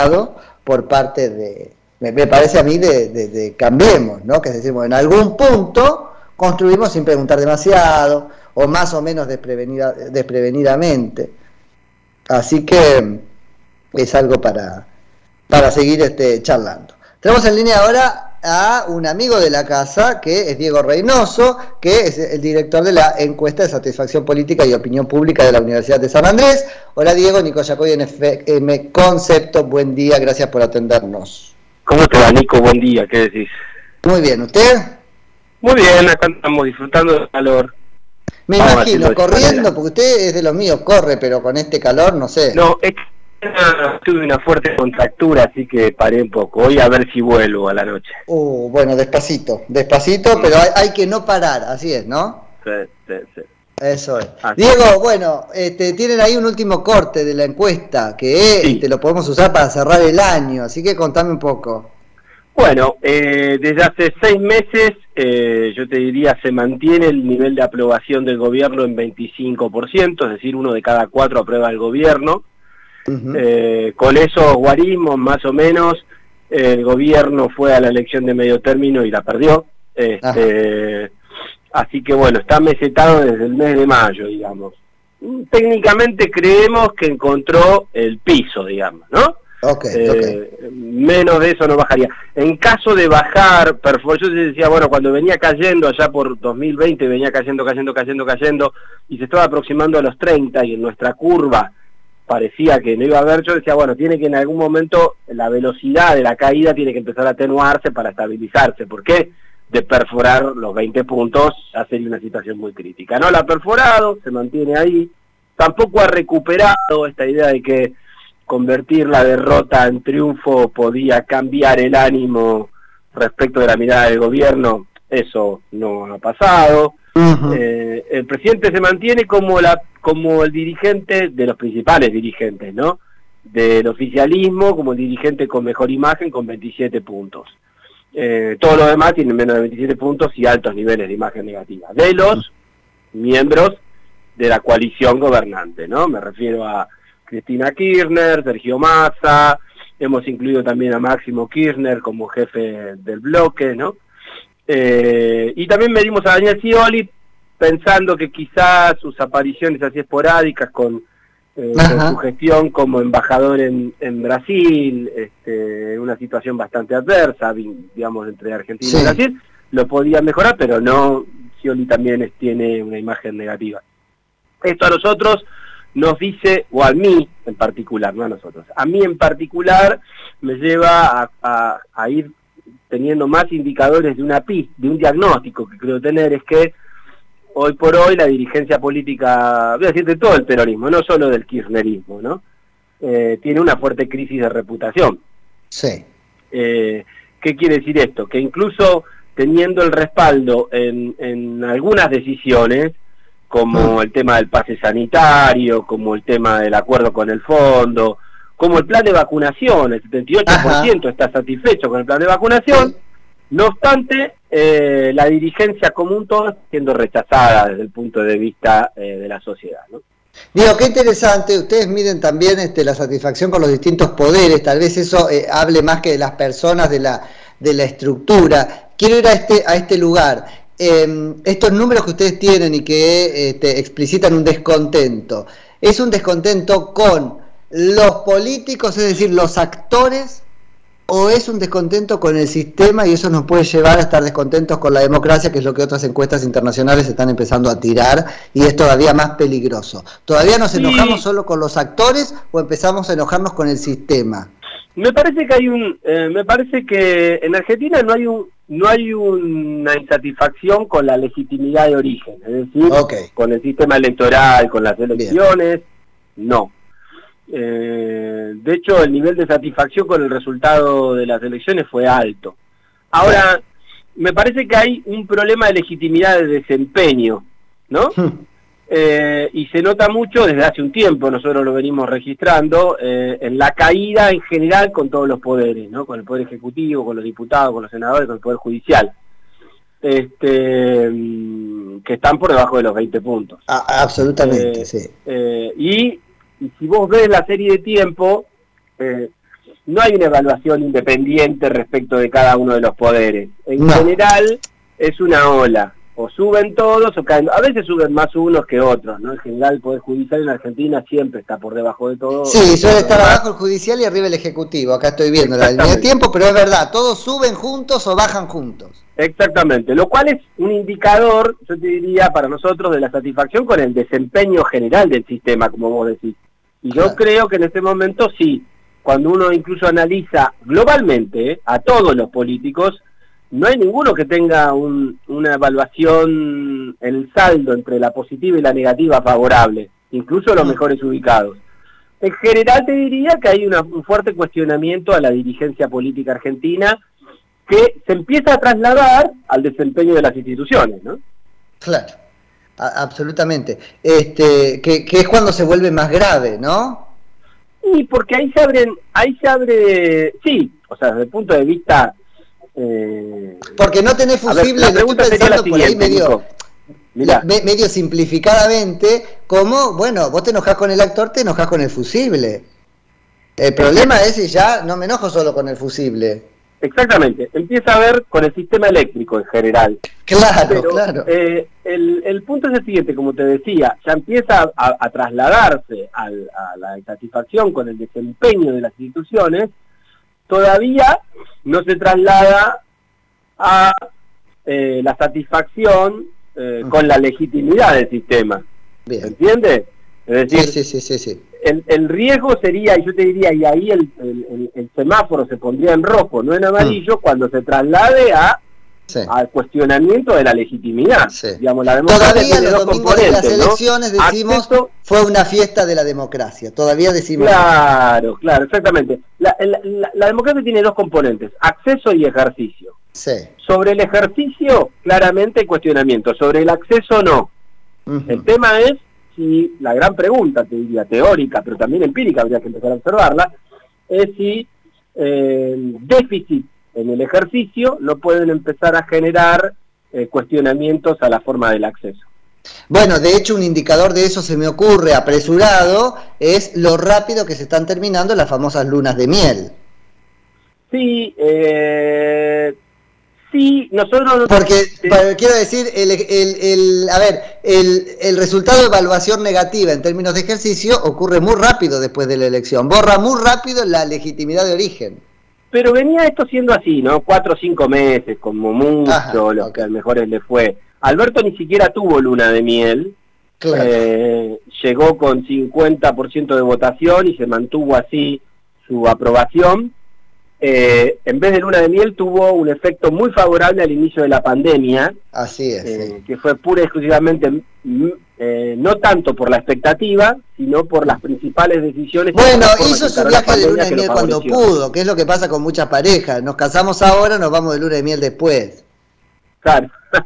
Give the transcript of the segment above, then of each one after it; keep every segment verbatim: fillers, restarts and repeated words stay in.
por parte de, me, me parece a mí, de, de, de Cambiemos, ¿no? Que es decir, bueno, en algún punto construimos sin preguntar demasiado, o más o menos desprevenida, desprevenidamente. Así que es algo para, para seguir este, charlando. Tenemos en línea ahora a un amigo de la casa, que es Diego Reynoso, que es el director de la encuesta de satisfacción política y opinión pública de la Universidad de San Andrés. Hola Diego, Nico Yacoy en F M Concepto, buen día, gracias por atendernos. ¿Cómo te va, Nico? Buen día, ¿qué decís? Muy bien, ¿usted? Muy bien, acá estamos disfrutando del calor. Me Vamos imagino, corriendo, porque usted es de los míos, corre, pero con este calor, no sé. No, es que tuve una fuerte contractura, así que paré un poco. Hoy a ver si vuelvo a la noche. Uh, bueno, despacito, despacito, pero hay, hay que no parar, así es, ¿no? Sí, sí, sí. Eso es. Así Diego, es. bueno, este, tienen ahí un último corte de la encuesta, que Sí. este, lo podemos usar para cerrar el año, así que contame un poco. Bueno, eh, desde hace seis meses, eh, yo te diría, se mantiene el nivel de aprobación del gobierno en veinticinco por ciento, es decir, uno de cada cuatro aprueba el gobierno. Uh-huh. eh, con esos guarismos, más o menos, eh, el gobierno fue a la elección de medio término y la perdió. Este, así que bueno, está mesetado desde el mes de mayo, digamos. Técnicamente creemos que encontró el piso, digamos, ¿no? Okay, eh, okay. Menos de eso no bajaría. En caso de bajar, yo decía, bueno, cuando venía cayendo allá por dos mil veinte, venía cayendo, cayendo, cayendo, cayendo, y se estaba aproximando a los treinta, y en nuestra curva parecía que no iba a haber, yo decía, bueno, tiene que en algún momento la velocidad de la caída tiene que empezar a atenuarse para estabilizarse, porque de perforar los veinte puntos ya sería una situación muy crítica. No la ha perforado, se mantiene ahí, tampoco ha recuperado esta idea de que convertir la derrota en triunfo podía cambiar el ánimo respecto de la mirada del gobierno, eso no ha pasado. Uh-huh. eh, el presidente se mantiene como la como el dirigente de los principales dirigentes, ¿no? Del oficialismo, como el dirigente con mejor imagen, con veintisiete puntos. Eh, todos los demás tienen menos de veintisiete puntos y altos niveles de imagen negativa, de los uh-huh. miembros de la coalición gobernante, ¿no? Me refiero a Cristina Kirchner, Sergio Massa, hemos incluido también a Máximo Kirchner como jefe del bloque, ¿no? Eh, y también medimos a Daniel Scioli, pensando que quizás sus apariciones así esporádicas con, eh, con su gestión como embajador en, en Brasil, este, una situación bastante adversa, digamos, entre Argentina sí. y Brasil, lo podía mejorar, pero no, Scioli también es, tiene una imagen negativa. Esto a nosotros nos dice, o a mí en particular, no a nosotros, a mí en particular me lleva a, a, a ir teniendo más indicadores de una pista, de un diagnóstico que creo tener, es que hoy por hoy la dirigencia política, voy a decir de todo el peronismo, no solo del kirchnerismo, ¿no? Eh, tiene una fuerte crisis de reputación. Sí. Eh, ¿Qué quiere decir esto? Que incluso teniendo el respaldo en, en algunas decisiones, como mm. el tema del pase sanitario, como el tema del acuerdo con el fondo, como el plan de vacunación, el setenta y ocho por ciento Ajá. está satisfecho con el plan de vacunación, sí. No obstante, eh, la dirigencia común toda está siendo rechazada desde el punto de vista eh, de la sociedad, ¿no? Digo, qué interesante, ustedes miden también este, la satisfacción con los distintos poderes, tal vez eso eh, hable más que de las personas, de la, de la estructura. Quiero ir a este, a este lugar. Eh, estos números que ustedes tienen y que este, explicitan un descontento, ¿es un descontento con los políticos, es decir, los actores, o es un descontento con el sistema y eso nos puede llevar a estar descontentos con la democracia, que es lo que otras encuestas internacionales están empezando a tirar y es todavía más peligroso? ¿Todavía nos enojamos sí. solo con los actores o empezamos a enojarnos con el sistema? Me parece que hay un, eh, me parece que en Argentina no hay un, no hay una insatisfacción con la legitimidad de origen, es decir, okay. con el sistema electoral, con las elecciones, Bien. no. Eh, de hecho, el nivel de satisfacción con el resultado de las elecciones fue alto. Ahora, me parece que hay un problema de legitimidad de desempeño, ¿no? Eh, y se nota mucho desde hace un tiempo, nosotros lo venimos registrando, eh, en la caída en general con todos los poderes, ¿no? Con el Poder Ejecutivo, con los diputados, con los senadores, con el Poder Judicial, este, que están por debajo de los veinte puntos. Ah, absolutamente, eh, sí. Eh, y, y si vos ves la serie de tiempo, eh, no hay una evaluación independiente respecto de cada uno de los poderes. En no. general es una ola, o suben todos o caen, a veces suben más unos que otros, ¿no? En general el Poder Judicial en Argentina siempre está por debajo de todo. Sí, suele estar abajo el Judicial y arriba el Ejecutivo, acá estoy viendo la línea de tiempo, pero es verdad, todos suben juntos o bajan juntos. Exactamente, lo cual es un indicador, yo te diría, para nosotros de la satisfacción con el desempeño general del sistema, como vos decís. Y yo claro. creo que en este momento sí, cuando uno incluso analiza globalmente ¿eh? a todos los políticos, no hay ninguno que tenga un, una evaluación, el saldo entre la positiva y la negativa favorable, incluso los mejores ubicados. En general te diría que hay una, un fuerte cuestionamiento a la dirigencia política argentina que se empieza a trasladar al desempeño de las instituciones, ¿no? Claro, a, absolutamente. Este, que, que es cuando se vuelve más grave, ¿no? Y porque ahí se abren, ahí se abre, sí, o sea, desde el punto de vista... Eh, porque no tenés fusible, ver, la pregunta sería la siguiente, por ahí medio, Mirá. Me, medio simplificadamente, como, bueno, vos te enojás con el actor, te enojás con el fusible. El problema es si ya no me enojo solo con el fusible. Exactamente, empieza a ver con el sistema eléctrico en general. Claro, Pero, claro. Eh, el, el punto es el siguiente, como te decía, ya empieza a, a trasladarse al, a la insatisfacción con el desempeño de las instituciones, todavía no se traslada a eh, la satisfacción eh, uh-huh. con la legitimidad del sistema. Bien. ¿Entiendes? Es decir, sí, sí, sí, sí. El, el riesgo sería, y yo te diría, y ahí el, el, el semáforo se pondría en rojo, no en amarillo, uh-huh. cuando se traslade a sí. al cuestionamiento de la legitimidad. Sí. Digamos, la democracia todavía tiene los dos domingos de las ¿no? elecciones decimos Acceso, fue una fiesta de la democracia, todavía decimos claro, claro, exactamente. La, la, la, la democracia tiene dos componentes, acceso y ejercicio. Sí. Sobre el ejercicio, claramente hay cuestionamiento, sobre el acceso no. Uh-huh. El tema es si, la gran pregunta, te diría, teórica, pero también empírica, habría que empezar a observarla, es si eh, déficit en el ejercicio no pueden empezar a generar eh, cuestionamientos a la forma del acceso. Bueno, de hecho un indicador de eso se me ocurre apresurado, es lo rápido que se están terminando las famosas lunas de miel. Sí, eh... Sí, nosotros... Porque, eh, quiero decir, el, el, el, a ver, el, el resultado de evaluación negativa en términos de ejercicio ocurre muy rápido después de la elección, borra muy rápido la legitimidad de origen. Pero venía esto siendo así, ¿no? Cuatro o cinco meses, como mucho, Ajá, los okay. que a mejores le fue. Alberto ni siquiera tuvo luna de miel, claro. eh, llegó con cincuenta por ciento de votación y se mantuvo así su aprobación. Eh, en vez de luna de miel tuvo un efecto muy favorable al inicio de la pandemia. Así es. Eh, sí. Que fue pura y exclusivamente, eh, no tanto por la expectativa, sino por las principales decisiones. Bueno, hizo su viaje de luna de miel cuando pudo, que es lo que pasa con muchas parejas. Nos casamos ahora, nos vamos de luna de miel después. Claro.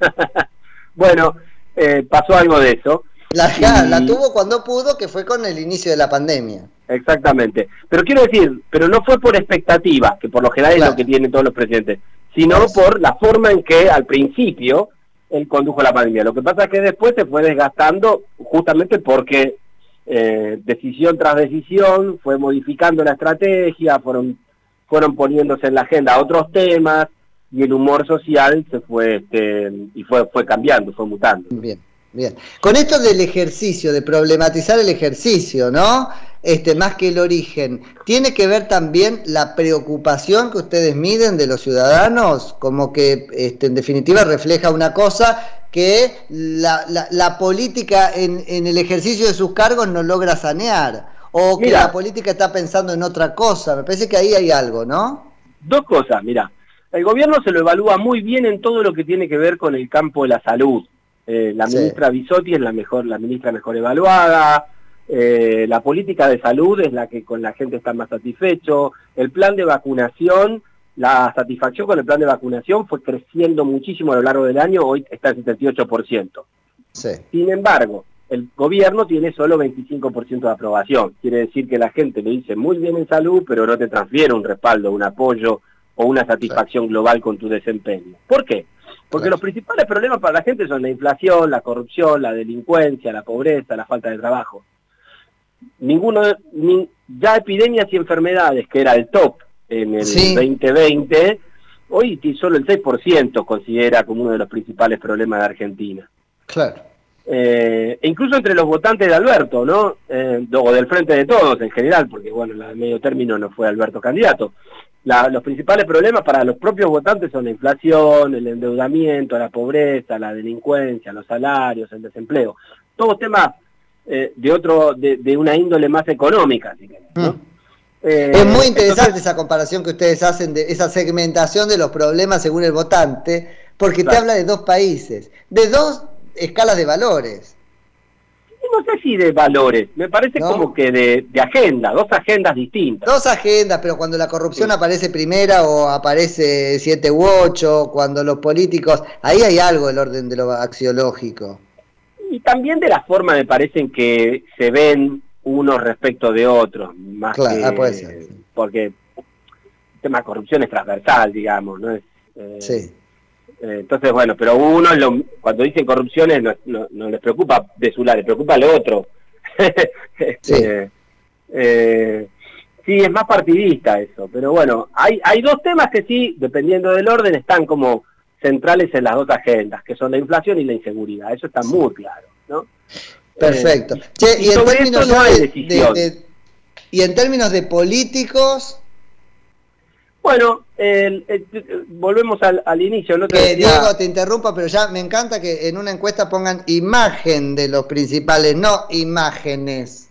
Bueno, eh, pasó algo de eso. La, y... la tuvo cuando pudo, que fue con el inicio de la pandemia. Exactamente. Pero quiero decir, pero no fue por expectativa, que por lo general claro. es lo que tienen todos los presidentes, sino claro. por la forma en que al principio él condujo la pandemia. Lo que pasa es que después se fue desgastando justamente porque eh, decisión tras decisión fue modificando la estrategia, fueron, fueron poniéndose en la agenda otros temas y el humor social se fue este, y fue, fue cambiando, fue mutando. Bien. Bien, con esto del ejercicio, de problematizar el ejercicio, ¿no? Este, más que el origen, ¿tiene que ver también la preocupación que ustedes miden de los ciudadanos? Como que, este, en definitiva, refleja una cosa que la, la, la política en, en el ejercicio de sus cargos no logra sanear, o que mira, la política está pensando en otra cosa. Me parece que ahí hay algo, ¿no? Dos cosas, mira. El gobierno se lo evalúa muy bien en todo lo que tiene que ver con el campo de la salud. Eh, la ministra sí. Bisotti es la mejor, la ministra mejor evaluada, eh, la política de salud es la que con la gente está más satisfecho, el plan de vacunación, la satisfacción con el plan de vacunación fue creciendo muchísimo a lo largo del año, hoy está en setenta y ocho por ciento. Sí. Sin embargo, el gobierno tiene solo veinticinco por ciento de aprobación, quiere decir que la gente le dice muy bien en salud, pero no te transfiere un respaldo, un apoyo o una satisfacción sí. global con tu desempeño. ¿Por qué? Porque claro. los principales problemas para la gente son la inflación, la corrupción, la delincuencia, la pobreza, la falta de trabajo. Ninguno, ni, ya epidemias y enfermedades, que era el top en el sí. veinte veinte, hoy solo el seis por ciento considera como uno de los principales problemas de Argentina. Claro. Eh, e incluso entre los votantes de Alberto, ¿no? Eh, o del Frente de Todos en general, porque bueno, la de medio término no fue Alberto candidato. La, los principales problemas para los propios votantes son la inflación, el endeudamiento, la pobreza, la delincuencia, los salarios, el desempleo. Todos temas eh, de otro, de, de una índole más económica, si querés, ¿no? Mm. Eh, es muy interesante entonces, esa comparación que ustedes hacen de esa segmentación de los problemas según el votante, porque claro, te habla de dos países, de dos escalas de valores. No sé si de valores, me parece ¿no? como que de, de agenda, dos agendas distintas. Dos agendas, pero cuando la corrupción sí. aparece primera o aparece siete u ocho, cuando los políticos, ahí hay algo del orden de lo axiológico. Y también de la forma me parece en que se ven unos respecto de otros, más claro, que, ah, puede ser, sí. porque el tema de corrupción es transversal, digamos, ¿no? Es, eh, sí. Eh, entonces, bueno, pero uno, lo, cuando dicen corrupciones, no, no, no les preocupa de su lado, les preocupa al otro. sí. eh, eh, sí, es más partidista eso, pero bueno, hay, hay dos temas que sí, dependiendo del orden, están como centrales en las dos agendas, que son la inflación y la inseguridad, eso está sí. muy claro, ¿no? Perfecto. Eh, che, y, y, y en términos no hay de, decisión. De, de, y en términos de políticos, bueno, el, el, el, volvemos al, al inicio. ¿No? Que decía... Diego, te interrumpa, pero ya me encanta que en una encuesta pongan imagen de los principales, no imágenes.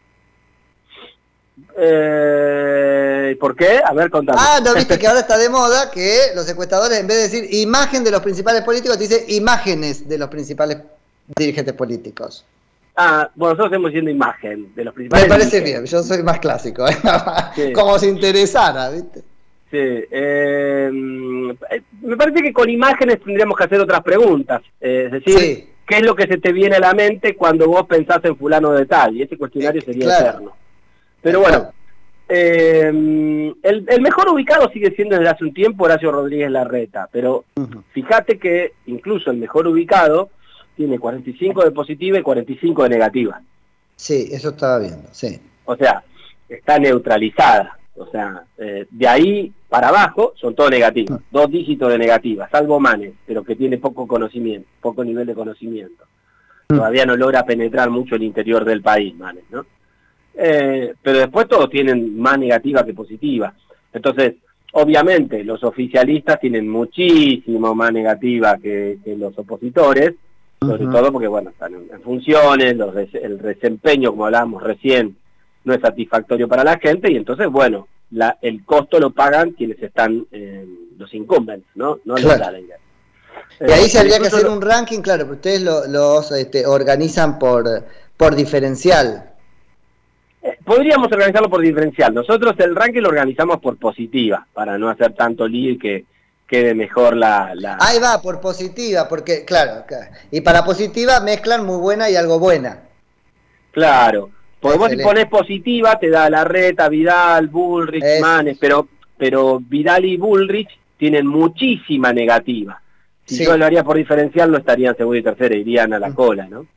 Eh, ¿Por qué? A ver, contame. Ah, no, viste que ahora está de moda que los encuestadores, en vez de decir imagen de los principales políticos, te dice imágenes de los principales dirigentes políticos. Ah, bueno, nosotros estamos diciendo imagen de los principales. Me parece bien, yo soy más clásico, ¿eh? Sí. Como si interesara, ¿viste? Sí, eh, me parece que con imágenes tendríamos que hacer otras preguntas, eh, es decir, sí. ¿qué es lo que se te viene a la mente cuando vos pensás en fulano de tal? Y ese cuestionario sería claro. eterno. Pero bueno, eh, el, el mejor ubicado sigue siendo desde hace un tiempo Horacio Rodríguez Larreta, pero uh-huh. fíjate que incluso el mejor ubicado tiene cuarenta y cinco de positiva y cuarenta y cinco de negativa. Sí, eso estaba viendo, sí. O sea, está neutralizada. O sea, eh, de ahí para abajo son todo negativos, dos dígitos de negativa, salvo Manes, pero que tiene poco conocimiento, poco nivel de conocimiento. Todavía no logra penetrar mucho el interior del país, Manes, ¿no? Eh, pero después todos tienen más negativa que positiva. Entonces, obviamente, los oficialistas tienen muchísimo más negativa que, que los opositores, sobre uh-huh. todo porque, bueno, están en, en funciones, los, el desempeño, como hablábamos recién, no es satisfactorio para la gente, y entonces, bueno, la, el costo lo pagan quienes están, eh, los incumbents, ¿no? No claro. los challengers. Y ahí se habría que hacer lo... un ranking, claro, pero ustedes lo, los este, organizan por, por diferencial. Eh, podríamos organizarlo por diferencial. Nosotros el ranking lo organizamos por positiva, para no hacer tanto lío y que quede mejor la, la... Ahí va, por positiva, porque, claro, claro, y para positiva mezclan muy buena y algo buena. Claro. Porque vos si ponés positiva, te da Larreta, Vidal, Bullrich, es... Manes, pero, pero Vidal y Bullrich tienen muchísima negativa. Si sí. yo lo haría por diferencial, no estarían segunda y tercera, irían a la cola, ¿no?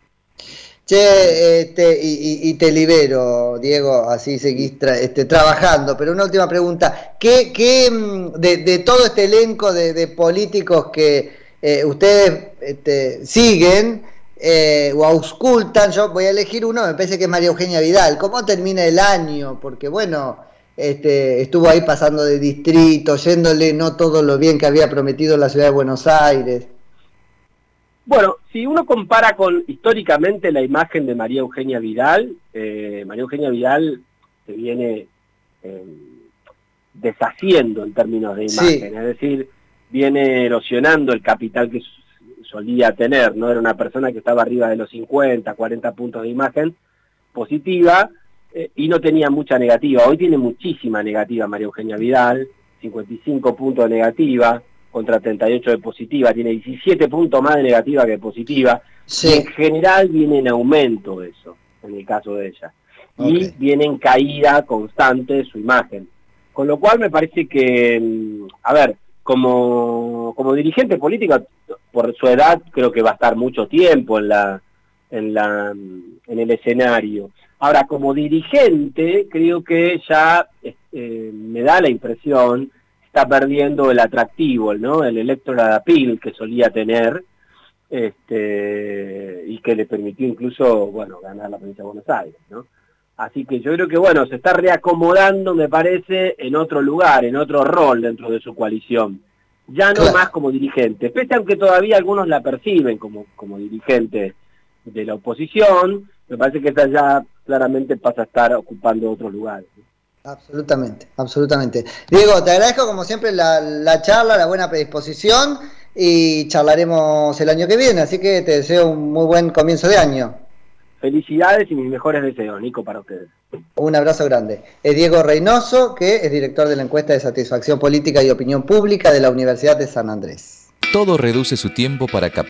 Che, este, y, y, y te libero, Diego, así seguís tra este, trabajando, pero una última pregunta. ¿Qué, qué de, de todo este elenco de, de políticos que eh, ustedes este, siguen, Eh, o auscultan, yo voy a elegir uno, me parece que es María Eugenia Vidal? ¿Cómo termina el año? Porque bueno, este, estuvo ahí pasando de distrito, yéndole no todo lo bien que había prometido la ciudad de Buenos Aires. Bueno, si uno compara con históricamente la imagen de María Eugenia Vidal, eh, María Eugenia Vidal se viene eh, deshaciendo en términos de imagen, sí. es decir, viene erosionando el capital que solía tener, ¿no? Era una persona que estaba arriba de los cincuenta, cuarenta puntos de imagen positiva eh, y no tenía mucha negativa. Hoy tiene muchísima negativa María Eugenia Vidal, cincuenta y cinco puntos de negativa contra treinta y ocho de positiva, tiene diecisiete puntos más de negativa que de positiva. Sí. Y en general viene en aumento eso, en el caso de ella. Okay. Y viene en caída constante su imagen. Con lo cual me parece que, a ver, como, como dirigente política, por su edad creo que va a estar mucho tiempo en la en la en el escenario. Ahora, como dirigente creo que ya eh, me da la impresión, está perdiendo el atractivo, ¿no? El electoral appeal que solía tener, este, y que le permitió incluso, bueno, ganar la provincia de Buenos Aires, ¿no? Así que yo creo que, bueno, se está reacomodando, me parece, en otro lugar, en otro rol dentro de su coalición. Ya no Claro. más como dirigente, pese a que todavía algunos la perciben como, como dirigente de la oposición, me parece que esta ya claramente pasa a estar ocupando otros lugares. Absolutamente, absolutamente. Diego, te agradezco como siempre la, la charla, la buena predisposición y charlaremos el año que viene, así que te deseo un muy buen comienzo de año. Felicidades y mis mejores deseos, Nico, para ustedes. Un abrazo grande. Es Diego Reynoso, que es director de la encuesta de satisfacción política y opinión pública de la Universidad de San Andrés. Todo reduce su tiempo para captar